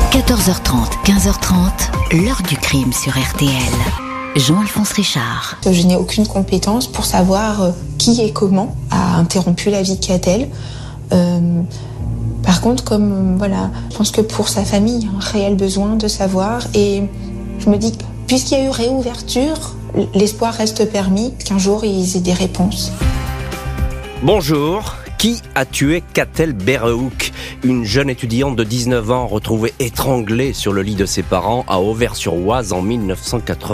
14h30, 15h30, l'heure du crime sur RTL. Jean-Alphonse Richard. Je n'ai aucune compétence pour savoir qui et comment a interrompu la vie de Catel. Par contre, je pense que pour sa famille, il y a un réel besoin de savoir. Et je me dis que puisqu'il y a eu réouverture, l'espoir reste permis qu'un jour ils aient des réponses. Bonjour. Qui a tué Catel Bérehouk, une jeune étudiante de 19 ans retrouvée étranglée sur le lit de ses parents à Auvers-sur-Oise en 1995 ?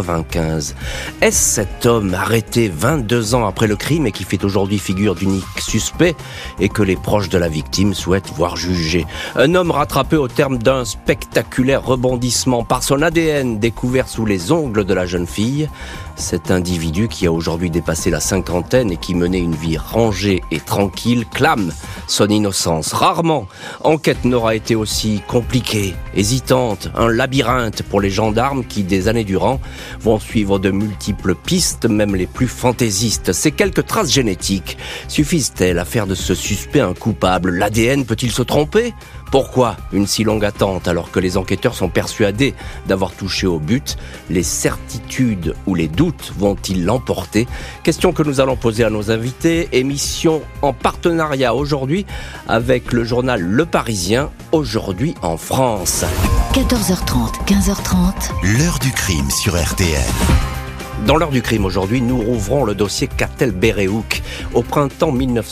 Est-ce cet homme arrêté 22 ans après le crime et qui fait aujourd'hui figure d'unique suspect et que les proches de la victime souhaitent voir juger ? Un homme rattrapé au terme d'un spectaculaire rebondissement par son ADN découvert sous les ongles de la jeune fille ? Cet individu qui a aujourd'hui dépassé la cinquantaine et qui menait une vie rangée et tranquille clame son innocence. Rarement, enquête n'aura été aussi compliquée, hésitante, un labyrinthe pour les gendarmes qui, des années durant, vont suivre de multiples pistes, même les plus fantaisistes. Ces quelques traces génétiques suffisent-elles à faire de ce suspect un coupable ? L'ADN peut-il se tromper ? Pourquoi une si longue attente alors que les enquêteurs sont persuadés d'avoir touché au but ? Les certitudes ou les doutes vont-ils l'emporter ? Question que nous allons poser à nos invités. Émission en partenariat aujourd'hui avec le journal Le Parisien, aujourd'hui en France. 14h30, 15h30. L'heure du crime sur RTL. Dans l'heure du crime aujourd'hui, nous rouvrons le dossier Catel Bérehouk. Au printemps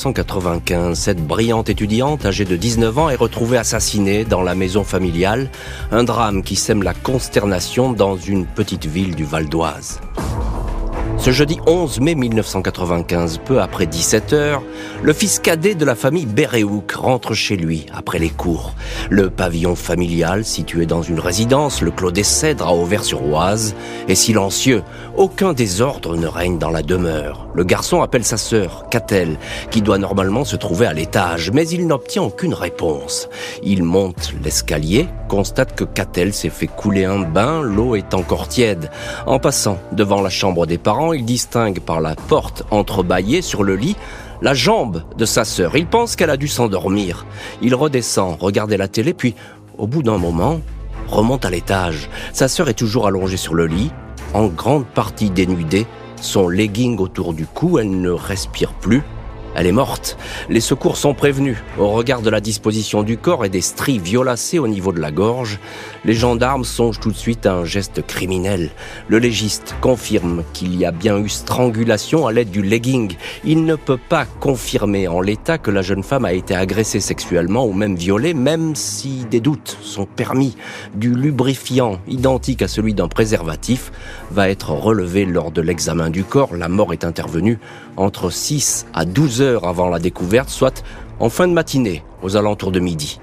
1995, cette brillante étudiante âgée de 19 ans est retrouvée assassinée dans la maison familiale. Un drame qui sème la consternation dans une petite ville du Val d'Oise. Ce jeudi 11 mai 1995, peu après 17h, le fils cadet de la famille Bérehouk rentre chez lui après les cours. Le pavillon familial, situé dans une résidence, le Clos des Cèdres à Auvers-sur-Oise, est silencieux. Aucun désordre ne règne dans la demeure. Le garçon appelle sa sœur, Catel, qui doit normalement se trouver à l'étage, mais il n'obtient aucune réponse. Il monte l'escalier, constate que Catel s'est fait couler un bain, l'eau est encore tiède. En passant devant la chambre des parents, il distingue par la porte entrebâillée sur le lit la jambe de sa sœur. Il pense qu'elle a dû s'endormir. Il redescend, regarder la télé, puis, au bout d'un moment, remonte à l'étage. Sa sœur est toujours allongée sur le lit, en grande partie dénudée, son legging autour du cou, elle ne respire plus. Elle est morte. Les secours sont prévenus. Au regard de la disposition du corps et des stries violacées au niveau de la gorge, les gendarmes songent tout de suite à un geste criminel. Le légiste confirme qu'il y a bien eu strangulation à l'aide du legging. Il ne peut pas confirmer en l'état que la jeune femme a été agressée sexuellement ou même violée, même si des doutes sont permis. Du lubrifiant identique à celui d'un préservatif va être relevé lors de l'examen du corps. La mort est intervenue entre 6 à 12 heures avant la découverte, soit en fin de matinée, aux alentours de midi.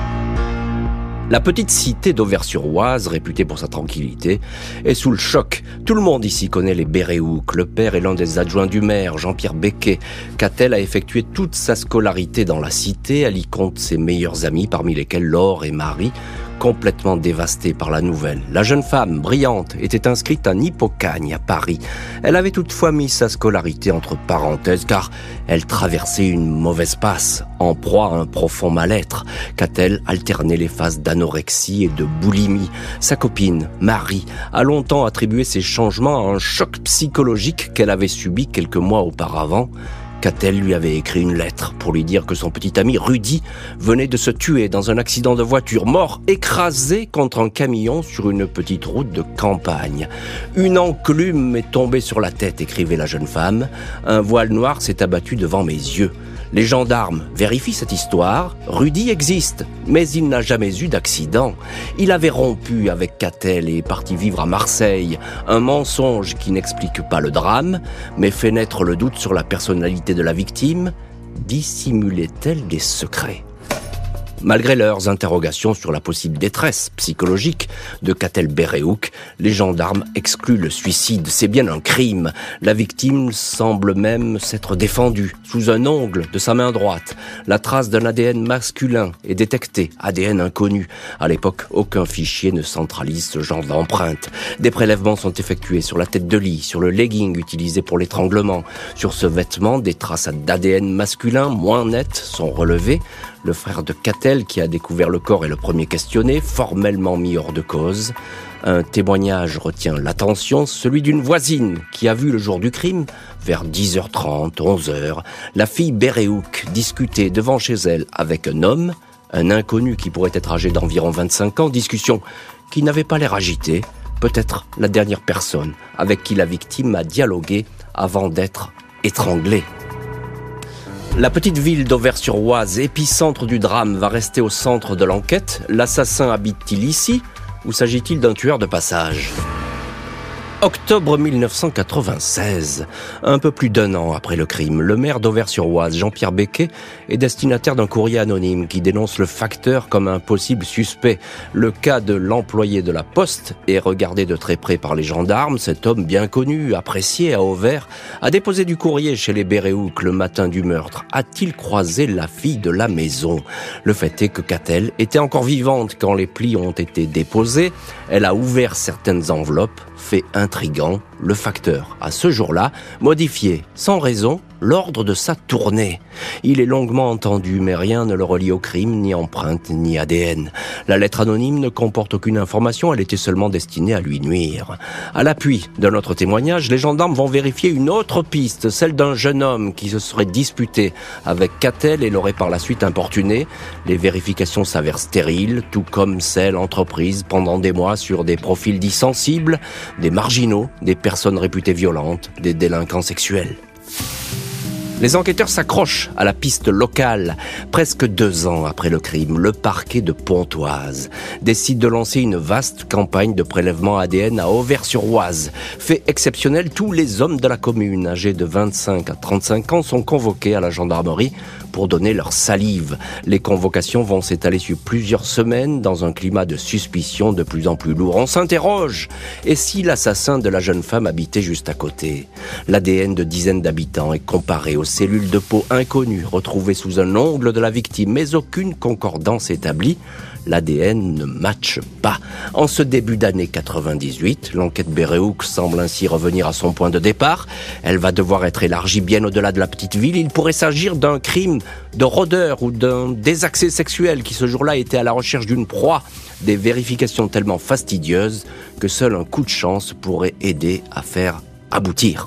La petite cité d'Auvers-sur-Oise, réputée pour sa tranquillité, est sous le choc. Tout le monde ici connaît les Bérehouk. Le père est l'un des adjoints du maire, Jean-Pierre Becquet. Catel a effectué toute sa scolarité dans la cité. Elle y compte ses meilleurs amis, parmi lesquels Laure et Marie, complètement dévastée par la nouvelle. La jeune femme, brillante, était inscrite à Hippocagne, à Paris. Elle avait toutefois mis sa scolarité entre parenthèses, car elle traversait une mauvaise passe, en proie à un profond mal-être. Catel alternait les phases d'anorexie et de boulimie. Sa copine, Marie, a longtemps attribué ces changements à un choc psychologique qu'elle avait subi quelques mois auparavant. Catel lui avait écrit une lettre pour lui dire que son petit ami Rudy venait de se tuer dans un accident de voiture, mort écrasé contre un camion sur une petite route de campagne. Une enclume m'est tombée sur la tête, écrivait la jeune femme. Un voile noir s'est abattu devant mes yeux. Les gendarmes vérifient cette histoire. Rudy existe, mais il n'a jamais eu d'accident. Il avait rompu avec Catel et est parti vivre à Marseille. Un mensonge qui n'explique pas le drame, mais fait naître le doute sur la personnalité de la victime. Dissimulait-elle des secrets ? Malgré leurs interrogations sur la possible détresse psychologique de Catel Bérehouk, les gendarmes excluent le suicide. C'est bien un crime. La victime semble même s'être défendue sous un ongle de sa main droite. La trace d'un ADN masculin est détectée, ADN inconnu. À l'époque, aucun fichier ne centralise ce genre d'empreinte. Des prélèvements sont effectués sur la tête de lit, sur le legging utilisé pour l'étranglement. Sur ce vêtement, des traces d'ADN masculin moins nettes sont relevées. Le frère de Catel Catel, qui a découvert le corps, est le premier questionné, formellement mis hors de cause. Un témoignage retient l'attention, celui d'une voisine qui a vu le jour du crime, vers 10h30, 11h, la fille Béréouk discuter devant chez elle avec un homme, un inconnu qui pourrait être âgé d'environ 25 ans, discussion qui n'avait pas l'air agitée, peut-être la dernière personne avec qui la victime a dialogué avant d'être étranglée. La petite ville d'Auvers-sur-Oise, épicentre du drame, va rester au centre de l'enquête. L'assassin habite-t-il ici ou s'agit-il d'un tueur de passage ? Octobre 1996, un peu plus d'un an après le crime, le maire d'Auvers-sur-Oise, Jean-Pierre Becquet, est destinataire d'un courrier anonyme qui dénonce le facteur comme un possible suspect. Le cas de l'employé de la Poste est regardé de très près par les gendarmes. Cet homme bien connu, apprécié à Auvers, a déposé du courrier chez les Béréouk le matin du meurtre. A-t-il croisé la fille de la maison ? Le fait est que Catel était encore vivante quand les plis ont été déposés. Elle a ouvert certaines enveloppes. Fait intrigant, le facteur a ce jour-là modifié, sans raison, l'ordre de sa tournée. Il est longuement entendu, mais rien ne le relie au crime, ni empreinte, ni ADN. La lettre anonyme ne comporte aucune information, elle était seulement destinée à lui nuire. À l'appui de notre témoignage, les gendarmes vont vérifier une autre piste, celle d'un jeune homme qui se serait disputé avec Catel et l'aurait par la suite importuné. Les vérifications s'avèrent stériles, tout comme celles entreprises pendant des mois sur des profils dits sensibles, des marginaux, des personnes réputées violentes, des délinquants sexuels. Les enquêteurs s'accrochent à la piste locale. Presque 2 ans après le crime, le parquet de Pontoise décide de lancer une vaste campagne de prélèvement ADN à Auvers-sur-Oise. Fait exceptionnel, tous les hommes de la commune, âgés de 25 à 35 ans, sont convoqués à la gendarmerie pour donner leur salive. Les convocations vont s'étaler sur plusieurs semaines dans un climat de suspicion de plus en plus lourd. On s'interroge. Et si l'assassin de la jeune femme habitait juste à côté ? L'ADN de dizaines d'habitants est comparé aux cellules de peau inconnues retrouvées sous un ongle de la victime, mais aucune concordance établie. L'ADN ne matche pas. En ce début d'année 98, l'enquête Béréouk semble ainsi revenir à son point de départ. Elle va devoir être élargie bien au-delà de la petite ville. Il pourrait s'agir d'un crime de rôdeur ou d'un désaccès sexuel qui ce jour-là était à la recherche d'une proie. Des vérifications tellement fastidieuses que seul un coup de chance pourrait aider à faire aboutir.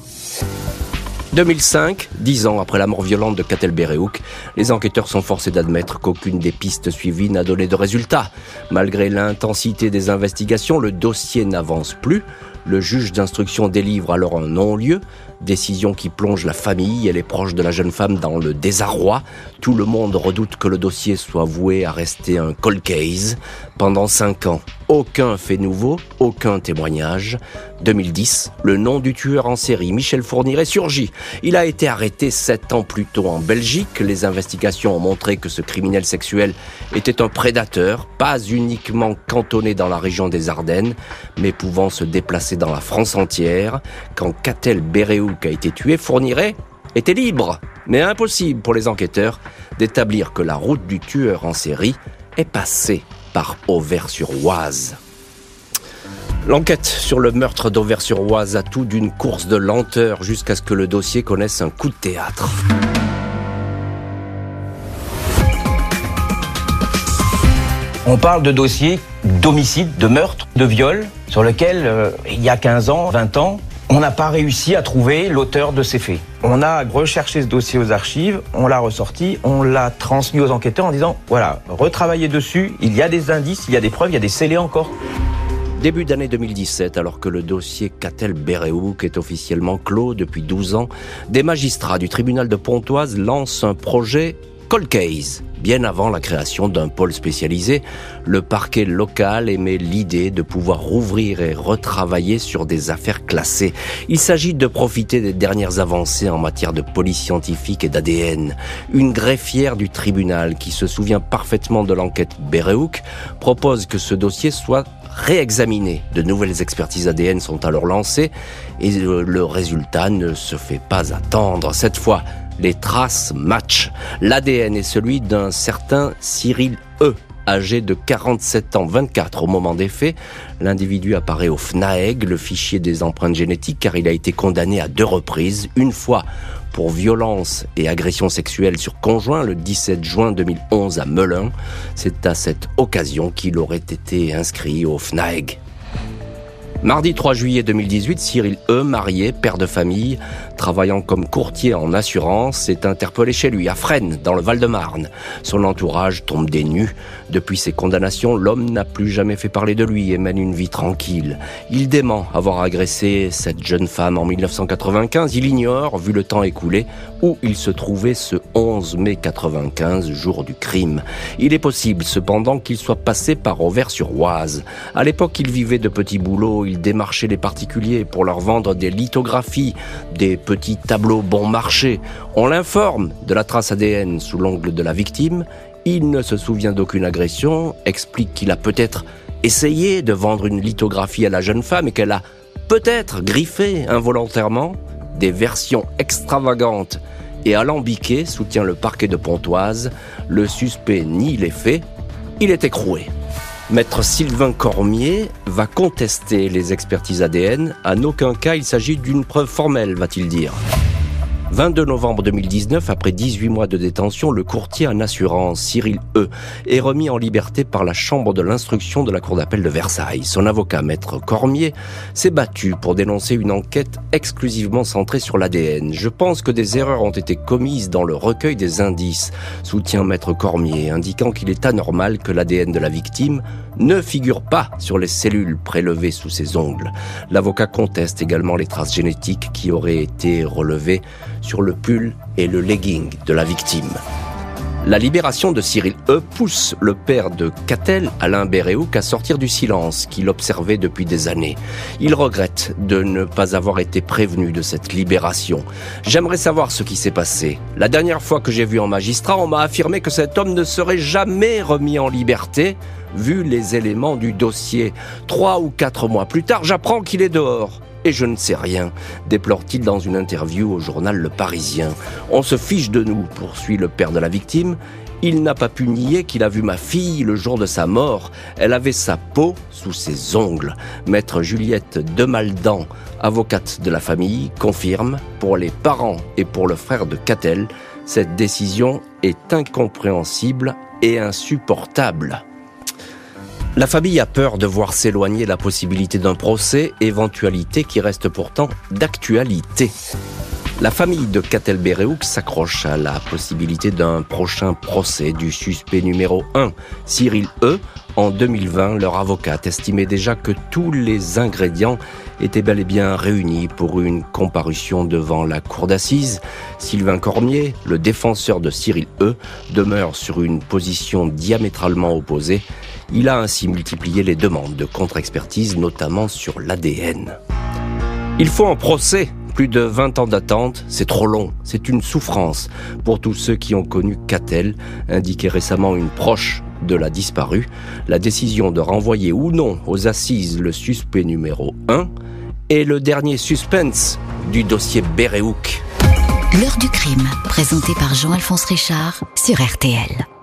2005, 10 ans après la mort violente de Catel Béréouk, les enquêteurs sont forcés d'admettre qu'aucune des pistes suivies n'a donné de résultat. Malgré l'intensité des investigations, le dossier n'avance plus. Le juge d'instruction délivre alors un non-lieu, décision qui plonge la famille et les proches de la jeune femme dans le désarroi. Tout le monde redoute que le dossier soit voué à rester un cold case. Pendant 5 ans, aucun fait nouveau, aucun témoignage. 2010, le nom du tueur en série, Michel Fourniret, surgit. Il a été arrêté 7 ans plus tôt en Belgique. Les investigations ont montré que ce criminel sexuel était un prédateur, pas uniquement cantonné dans la région des Ardennes, mais pouvant se déplacer dans la France entière. Quand Catel Béréouk a été tué, Fourniret était libre, mais impossible pour les enquêteurs d'établir que la route du tueur en série est passée par Auvers-sur-Oise. L'enquête sur le meurtre d'Auvers-sur-Oise a tout d'une course de lenteur jusqu'à ce que le dossier connaisse un coup de théâtre. On parle de dossiers d'homicide, de meurtre, de viol, sur lequel, il y a 15 ans, 20 ans, on n'a pas réussi à trouver l'auteur de ces faits. On a recherché ce dossier aux archives, on l'a ressorti, on l'a transmis aux enquêteurs en disant, voilà, retravaillez dessus, il y a des indices, il y a des preuves, il y a des scellés encore. Début d'année 2017, alors que le dossier Catel Béréouk est officiellement clos depuis 12 ans, des magistrats du tribunal de Pontoise lancent un projet Cold Case. Bien avant la création d'un pôle spécialisé, le parquet local émet l'idée de pouvoir rouvrir et retravailler sur des affaires classées. Il s'agit de profiter des dernières avancées en matière de police scientifique et d'ADN. Une greffière du tribunal, qui se souvient parfaitement de l'enquête Béréouk, propose que ce dossier soit réexaminé. De nouvelles expertises ADN sont alors lancées et le résultat ne se fait pas attendre. Cette fois, les traces matchent. L'ADN est celui d'un certain Cyril E., âgé de 47 ans 24 au moment des faits. L'individu apparaît au FNAEG, le fichier des empreintes génétiques, car il a été condamné à 2 reprises. Une fois pour violence et agression sexuelle sur conjoint le 17 juin 2011 à Melun. C'est à cette occasion qu'il aurait été inscrit au FNAEG. Mardi 3 juillet 2018, Cyril E., marié, père de famille, travaillant comme courtier en assurance, est interpellé chez lui, à Fresnes, dans le Val-de-Marne. Son entourage tombe des nues. Depuis ses condamnations, l'homme n'a plus jamais fait parler de lui et mène une vie tranquille. Il dément avoir agressé cette jeune femme en 1995. Il ignore, vu le temps écoulé, où il se trouvait ce 11 mai 95, jour du crime. Il est possible, cependant, qu'il soit passé par Auvers-sur-Oise. À l'époque, il vivait de petits boulots. Il démarchait les particuliers pour leur vendre des lithographies, des petits tableaux bon marché. On l'informe de la trace ADN sous l'ongle de la victime. Il ne se souvient d'aucune agression, explique qu'il a peut-être essayé de vendre une lithographie à la jeune femme et qu'elle a peut-être griffé involontairement. Des versions extravagantes et alambiquées, soutient le parquet de Pontoise. Le suspect nie les faits. Il est écroué. Maître Sylvain Cormier va contester les expertises ADN. En aucun cas, il s'agit d'une preuve formelle, va-t-il dire. 22 novembre 2019, après 18 mois de détention, le courtier en assurance, Cyril E., est remis en liberté par la chambre de l'instruction de la cour d'appel de Versailles. Son avocat, maître Cormier, s'est battu pour dénoncer une enquête exclusivement centrée sur l'ADN. Je pense que des erreurs ont été commises dans le recueil des indices, soutient maître Cormier, indiquant qu'il est anormal que l'ADN de la victime ne figure pas sur les cellules prélevées sous ses ongles. L'avocat conteste également les traces génétiques qui auraient été relevées sur le pull et le legging de la victime. La libération de Cyril E. pousse le père de Catel, Alain Béréouk, à sortir du silence qu'il observait depuis des années. Il regrette de ne pas avoir été prévenu de cette libération. J'aimerais savoir ce qui s'est passé. La dernière fois que j'ai vu un magistrat, on m'a affirmé que cet homme ne serait jamais remis en liberté, vu les éléments du dossier. 3 ou 4 mois plus tard, j'apprends qu'il est dehors. Et je ne sais rien, déplore-t-il dans une interview au journal Le Parisien. On se fiche de nous, poursuit le père de la victime. Il n'a pas pu nier qu'il a vu ma fille le jour de sa mort. Elle avait sa peau sous ses ongles. Maître Juliette Demaldan, avocate de la famille, confirme, pour les parents et pour le frère de Catel, cette décision est incompréhensible et insupportable. La famille a peur de voir s'éloigner la possibilité d'un procès, éventualité qui reste pourtant d'actualité. La famille de Catel Béréouk s'accroche à la possibilité d'un prochain procès du suspect numéro 1, Cyril E. En 2020, leur avocate estimait déjà que tous les ingrédients étaient bel et bien réunis pour une comparution devant la cour d'assises. Sylvain Cormier, le défenseur de Cyril E., demeure sur une position diamétralement opposée. Il a ainsi multiplié les demandes de contre-expertise, notamment sur l'ADN. Il faut un procès. Plus de 20 ans d'attente, c'est trop long, c'est une souffrance pour tous ceux qui ont connu Catel, indiquait récemment une proche de la disparue. La décision de renvoyer ou non aux assises le suspect numéro 1 est le dernier suspense du dossier Béréouk. L'heure du crime, présenté par Jean-Alphonse Richard sur RTL.